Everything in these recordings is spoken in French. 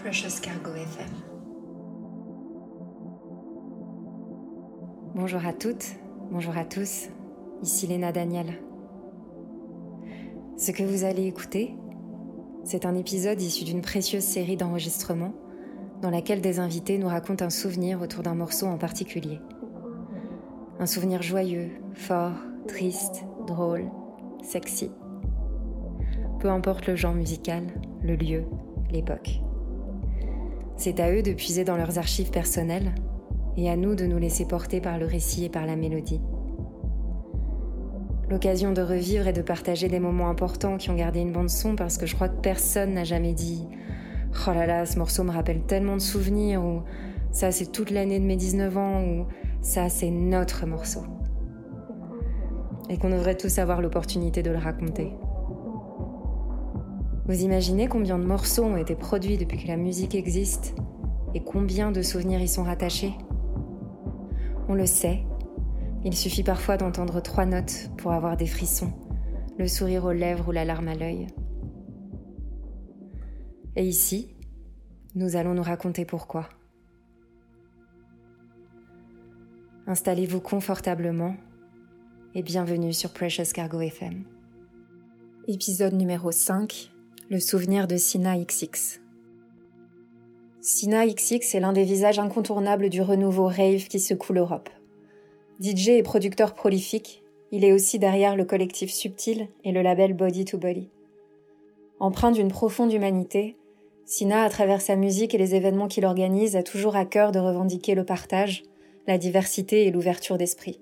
Precious Cargo FM. Bonjour à toutes, bonjour à tous, ici Léna Daniel. Ce que vous allez écouter, c'est un épisode issu d'une précieuse série d'enregistrements dans laquelle des invités nous racontent un souvenir autour d'un morceau en particulier. Un souvenir joyeux, fort, triste, drôle, sexy. Peu importe le genre musical, le lieu, l'époque. C'est à eux de puiser dans leurs archives personnelles et à nous de nous laisser porter par le récit et par la mélodie. L'occasion de revivre et de partager des moments importants qui ont gardé une bande-son parce que je crois que personne n'a jamais dit « Oh là là, ce morceau me rappelle tellement de souvenirs » ou « Ça, c'est toute l'année de mes 19 ans » ou « Ça, c'est notre morceau ». Et qu'on devrait tous avoir l'opportunité de le raconter. Vous imaginez combien de morceaux ont été produits depuis que la musique existe et combien de souvenirs y sont rattachés ? On le sait, il suffit parfois d'entendre 3 notes pour avoir des frissons, le sourire aux lèvres ou la larme à l'œil. Et ici, nous allons nous raconter pourquoi. Installez-vous confortablement et bienvenue sur Precious Cargo FM. Épisode numéro 5. Le souvenir de Sina XX. Sina XX est l'un des visages incontournables du renouveau rave qui secoue l'Europe. DJ et producteur prolifique, il est aussi derrière le collectif Subtil et le label Body to Body. Empreint d'une profonde humanité, Sina, à travers sa musique et les événements qu'il organise, a toujours à cœur de revendiquer le partage, la diversité et l'ouverture d'esprit.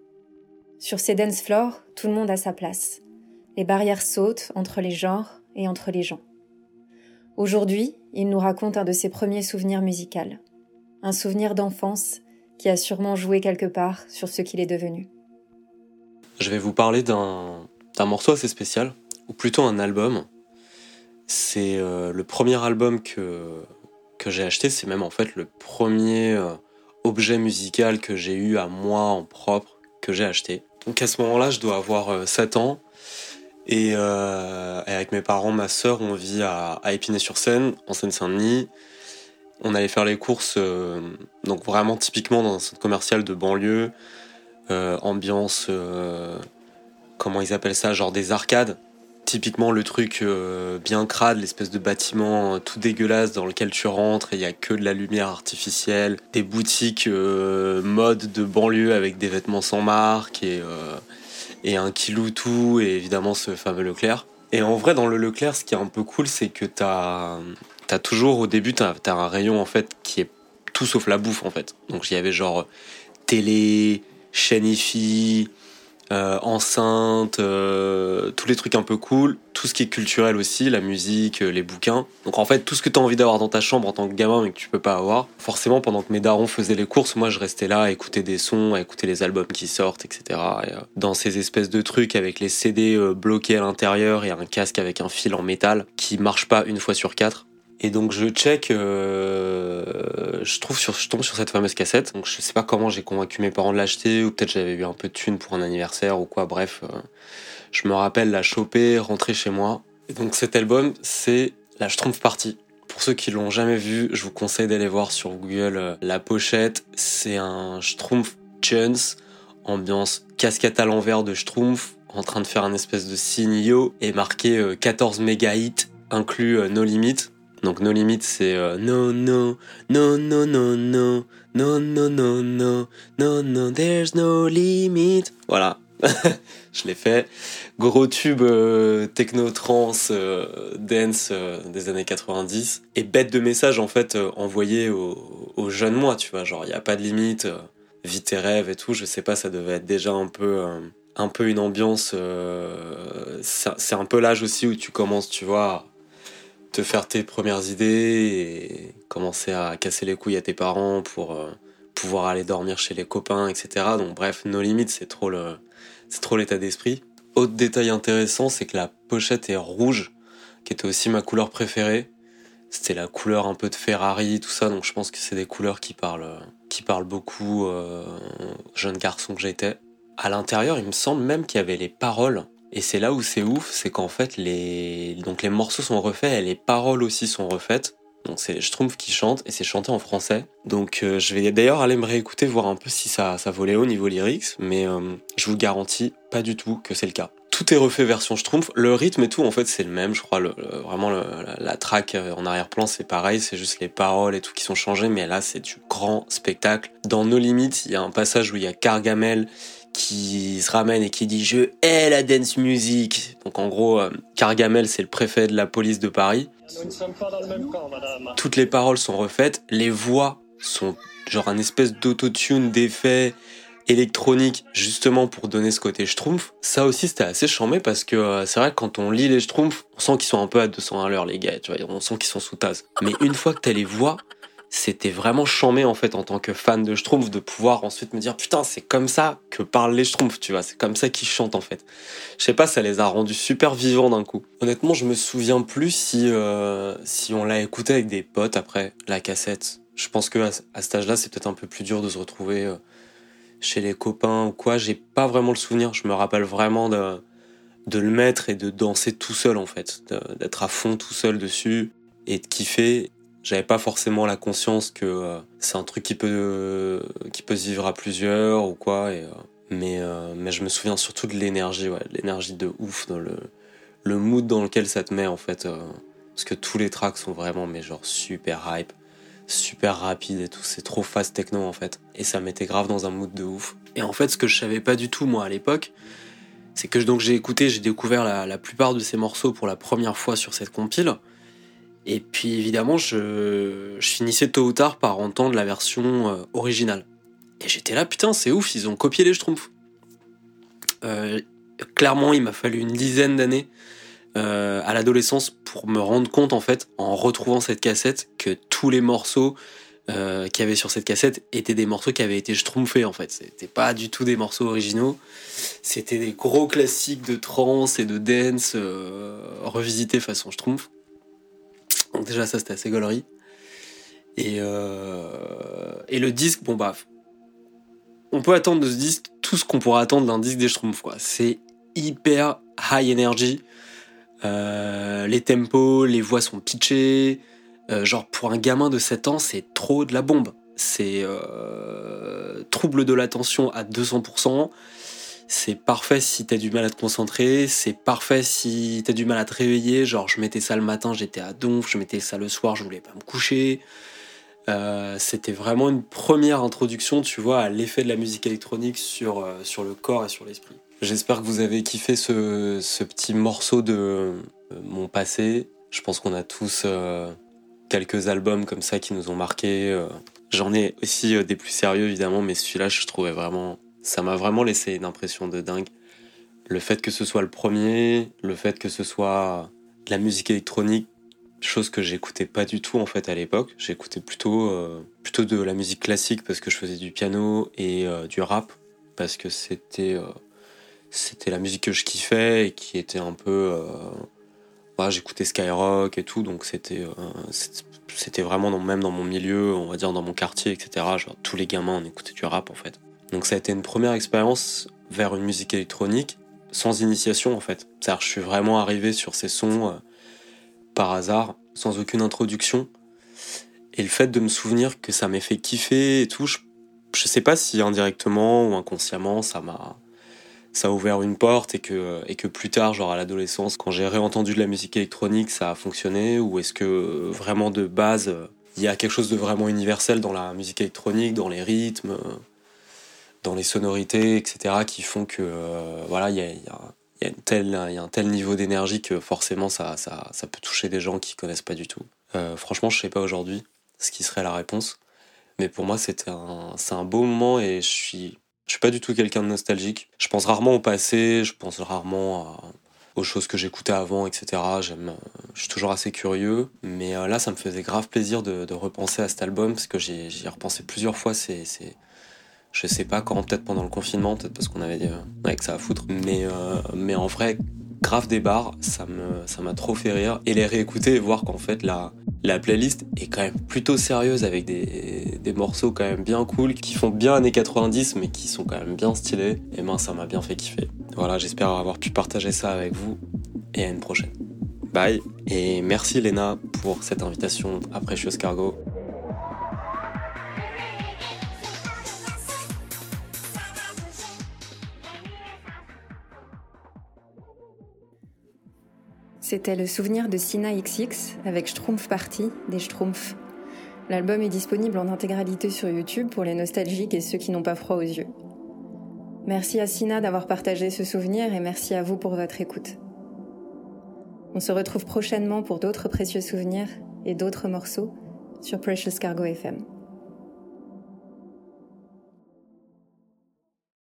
Sur ces dance floors, tout le monde a sa place. Les barrières sautent entre les genres et entre les gens. Aujourd'hui, il nous raconte un de ses premiers souvenirs musicaux. Un souvenir d'enfance qui a sûrement joué quelque part sur ce qu'il est devenu. Je vais vous parler d'un morceau assez spécial, ou plutôt un album. C'est le premier album que j'ai acheté, c'est même en fait le premier objet musical que j'ai eu à moi en propre, que j'ai acheté. Donc à ce moment-là, je dois avoir 7 ans, et avec mes parents, ma sœur, on vit à Épinay-sur-Seine, en Seine-Saint-Denis. On allait faire les courses, donc vraiment typiquement dans un centre commercial de banlieue, ambiance, comment ils appellent ça, genre des arcades. Typiquement le truc bien crade, l'espèce de bâtiment tout dégueulasse dans lequel tu rentres et il n'y a que de la lumière artificielle. Des boutiques mode de banlieue avec des vêtements sans marque et un kilou tout, et évidemment ce fameux Leclerc. Et en vrai, dans le Leclerc, ce qui est un peu cool, c'est que t'as toujours, au début, t'as un rayon en fait qui est tout sauf la bouffe en fait. Donc il y avait genre télé, chaîne hi-fi, enceinte, tous les trucs un peu cool, tout ce qui est culturel aussi, la musique, les bouquins. Donc en fait, tout ce que t'as envie d'avoir dans ta chambre en tant que gamin mais que tu peux pas avoir. Forcément, pendant que mes darons faisaient les courses, moi je restais là à écouter des sons, à écouter les albums qui sortent, etc. Et, dans ces espèces de trucs avec les CD bloqués à l'intérieur et un casque avec un fil en métal qui marche pas une fois sur 4. Et donc je check, je tombe sur cette fameuse cassette. Donc je sais pas comment j'ai convaincu mes parents de l'acheter, ou peut-être j'avais eu un peu de thunes pour un anniversaire ou quoi. Bref, je me rappelle la choper, rentrer chez moi. Et donc cet album, c'est la Schtroumpf Party. Pour ceux qui l'ont jamais vu, je vous conseille d'aller voir sur Google la pochette. C'est un Schtroumpf Tunes, ambiance casquette à l'envers de Schtroumpf, en train de faire un espèce de signe yo, et marqué 14 méga hits, inclus No Limit. Donc No Limit, c'est no no no no no no no no no no no no there's no limit. Voilà. Je l'ai fait. Gros tube techno trance dance des années 90, et bête de message en fait envoyé aux jeunes moi, tu vois, genre il y a pas de limite, vis tes rêves et tout. Je sais pas, ça devait être déjà un peu une ambiance, c'est un peu l'âge aussi où tu commences, tu vois, te faire tes premières idées et commencer à casser les couilles à tes parents pour pouvoir aller dormir chez les copains, etc. Donc bref, No Limit, c'est trop l'état d'esprit. Autre détail intéressant, c'est que la pochette est rouge, qui était aussi ma couleur préférée. C'était la couleur un peu de Ferrari, tout ça, donc je pense que c'est des couleurs qui parlent beaucoup jeune garçon que j'étais. À l'intérieur, il me semble même qu'il y avait les paroles. Et c'est là où c'est ouf, c'est qu'en fait, les morceaux sont refaits et les paroles aussi sont refaites. Donc c'est les Schtroumpfs qui chantent et c'est chanté en français. Donc je vais d'ailleurs aller me réécouter, voir un peu si ça volait au niveau lyrics, mais je vous garantis pas du tout que c'est le cas. Tout est refait version Schtroumpf, le rythme et tout en fait c'est le même, je crois, vraiment la track en arrière-plan c'est pareil, c'est juste les paroles et tout qui sont changées, mais là c'est du grand spectacle. Dans No Limit, il y a un passage où il y a Gargamel qui se ramène et qui dit « Je hais la dance music ». Donc en gros, Gargamel c'est le préfet de la police de Paris. Nous ne sommes pas dans le même camp, madame. Toutes les paroles sont refaites, les voix sont genre un espèce d'autotune d'effet électronique justement pour donner ce côté Schtroumpf. Ça aussi c'était assez charmé parce que c'est vrai que quand on lit les Schtroumpfs, on sent qu'ils sont un peu à 200 à l'heure les gars, tu vois, on sent qu'ils sont sous tasse. Mais une fois que t'as les voix, c'était vraiment charmé en fait en tant que fan de Schtroumpf de pouvoir ensuite me dire putain c'est comme ça que parlent les Schtroumpfs, tu vois, c'est comme ça qu'ils chantent en fait. Je sais pas, ça les a rendus super vivants d'un coup. Honnêtement je me souviens plus si on l'a écouté avec des potes après la cassette. Je pense que à cet âge-là c'est peut-être un peu plus dur de se retrouver chez les copains ou quoi. J'ai pas vraiment le souvenir, je me rappelle vraiment de le mettre et de danser tout seul en fait, d'être à fond tout seul dessus et de kiffer. J'avais pas forcément la conscience que c'est un truc qui peut se vivre à plusieurs ou quoi. Mais je me souviens surtout de l'énergie, ouais, de l'énergie de ouf, dans le mood dans lequel ça te met en fait. Parce que tous les tracks sont vraiment mais genre super hype, super rapide et tout. C'est trop fast techno en fait. Et ça mettait grave dans un mood de ouf. Et en fait, ce que je savais pas du tout moi à l'époque, c'est que donc j'ai découvert la plupart de ces morceaux pour la première fois sur cette compile. Et puis évidemment, je finissais tôt ou tard par entendre la version originale. Et j'étais là, putain, c'est ouf, ils ont copié les Schtroumpfs. Clairement, il m'a fallu une dizaine d'années à l'adolescence pour me rendre compte, en fait, en retrouvant cette cassette, que tous les morceaux qu'il y avait sur cette cassette étaient des morceaux qui avaient été schtroumpfés, en fait. C'était pas du tout des morceaux originaux. C'était des gros classiques de trance et de dance revisités façon Schtroumpf. Donc déjà ça c'était assez gaulerie. Et le disque, bon bah, on peut attendre de ce disque tout ce qu'on pourrait attendre d'un disque des Schtroumpfs quoi. C'est hyper high energy. Les tempos, les voix sont pitchées. Genre pour un gamin de 7 ans c'est trop de la bombe. C'est trouble de l'attention à 200%. C'est parfait si t'as du mal à te concentrer, c'est parfait si t'as du mal à te réveiller, genre je mettais ça le matin, j'étais à donf, je mettais ça le soir, je voulais pas me coucher. C'était vraiment une première introduction, tu vois, à l'effet de la musique électronique sur le corps et sur l'esprit. J'espère que vous avez kiffé ce petit morceau de mon passé. Je pense qu'on a tous quelques albums comme ça qui nous ont marqués. J'en ai aussi des plus sérieux évidemment, mais celui-là je trouvais vraiment... Ça m'a vraiment laissé une impression de dingue. Le fait que ce soit le premier, le fait que ce soit de la musique électronique, chose que j'écoutais pas du tout en fait à l'époque. J'écoutais plutôt de la musique classique parce que je faisais du piano et du rap parce que c'était la musique que je kiffais et qui était un peu... j'écoutais Skyrock et tout, donc c'était vraiment même dans mon milieu, on va dire dans mon quartier, etc. Genre tous les gamins on écoutait du rap en fait. Donc ça a été une première expérience vers une musique électronique sans initiation en fait. C'est-à-dire que je suis vraiment arrivé sur ces sons par hasard, sans aucune introduction. Et le fait de me souvenir que ça m'ait fait kiffer et tout, je sais pas si indirectement ou inconsciemment ça a ouvert une porte et que plus tard, genre à l'adolescence, quand j'ai réentendu de la musique électronique, ça a fonctionné, ou est-ce que vraiment de base, il y a quelque chose de vraiment universel dans la musique électronique, dans les rythmes, dans les sonorités, etc., qui font que il y a un tel niveau d'énergie que forcément ça peut toucher des gens qui connaissent pas du tout. Franchement, je sais pas aujourd'hui ce qui serait la réponse, mais pour moi c'est un beau moment et je suis pas du tout quelqu'un de nostalgique. Je pense rarement au passé, je pense rarement aux choses que j'écoutais avant, etc. Je suis toujours assez curieux, mais là ça me faisait grave plaisir de repenser à cet album parce que j'y ai repensé plusieurs fois. Je sais pas quand, peut-être pendant le confinement, peut-être parce qu'on avait que ça à foutre, mais en vrai, grave des barres, ça m'a trop fait rire. Et les réécouter et voir qu'en fait la playlist est quand même plutôt sérieuse avec des morceaux quand même bien cool, qui font bien années 90 mais qui sont quand même bien stylés, et ça m'a bien fait kiffer. Voilà, j'espère avoir pu partager ça avec vous et à une prochaine. bye, et merci Léna pour cette invitation à Precious Cargo. C'était le souvenir de Sina XX avec Schtroumpf Party des Schtroumpfs. L'album est disponible en intégralité sur YouTube pour les nostalgiques et ceux qui n'ont pas froid aux yeux. Merci à Sina d'avoir partagé ce souvenir et merci à vous pour votre écoute. On se retrouve prochainement pour d'autres précieux souvenirs et d'autres morceaux sur Precious Cargo FM.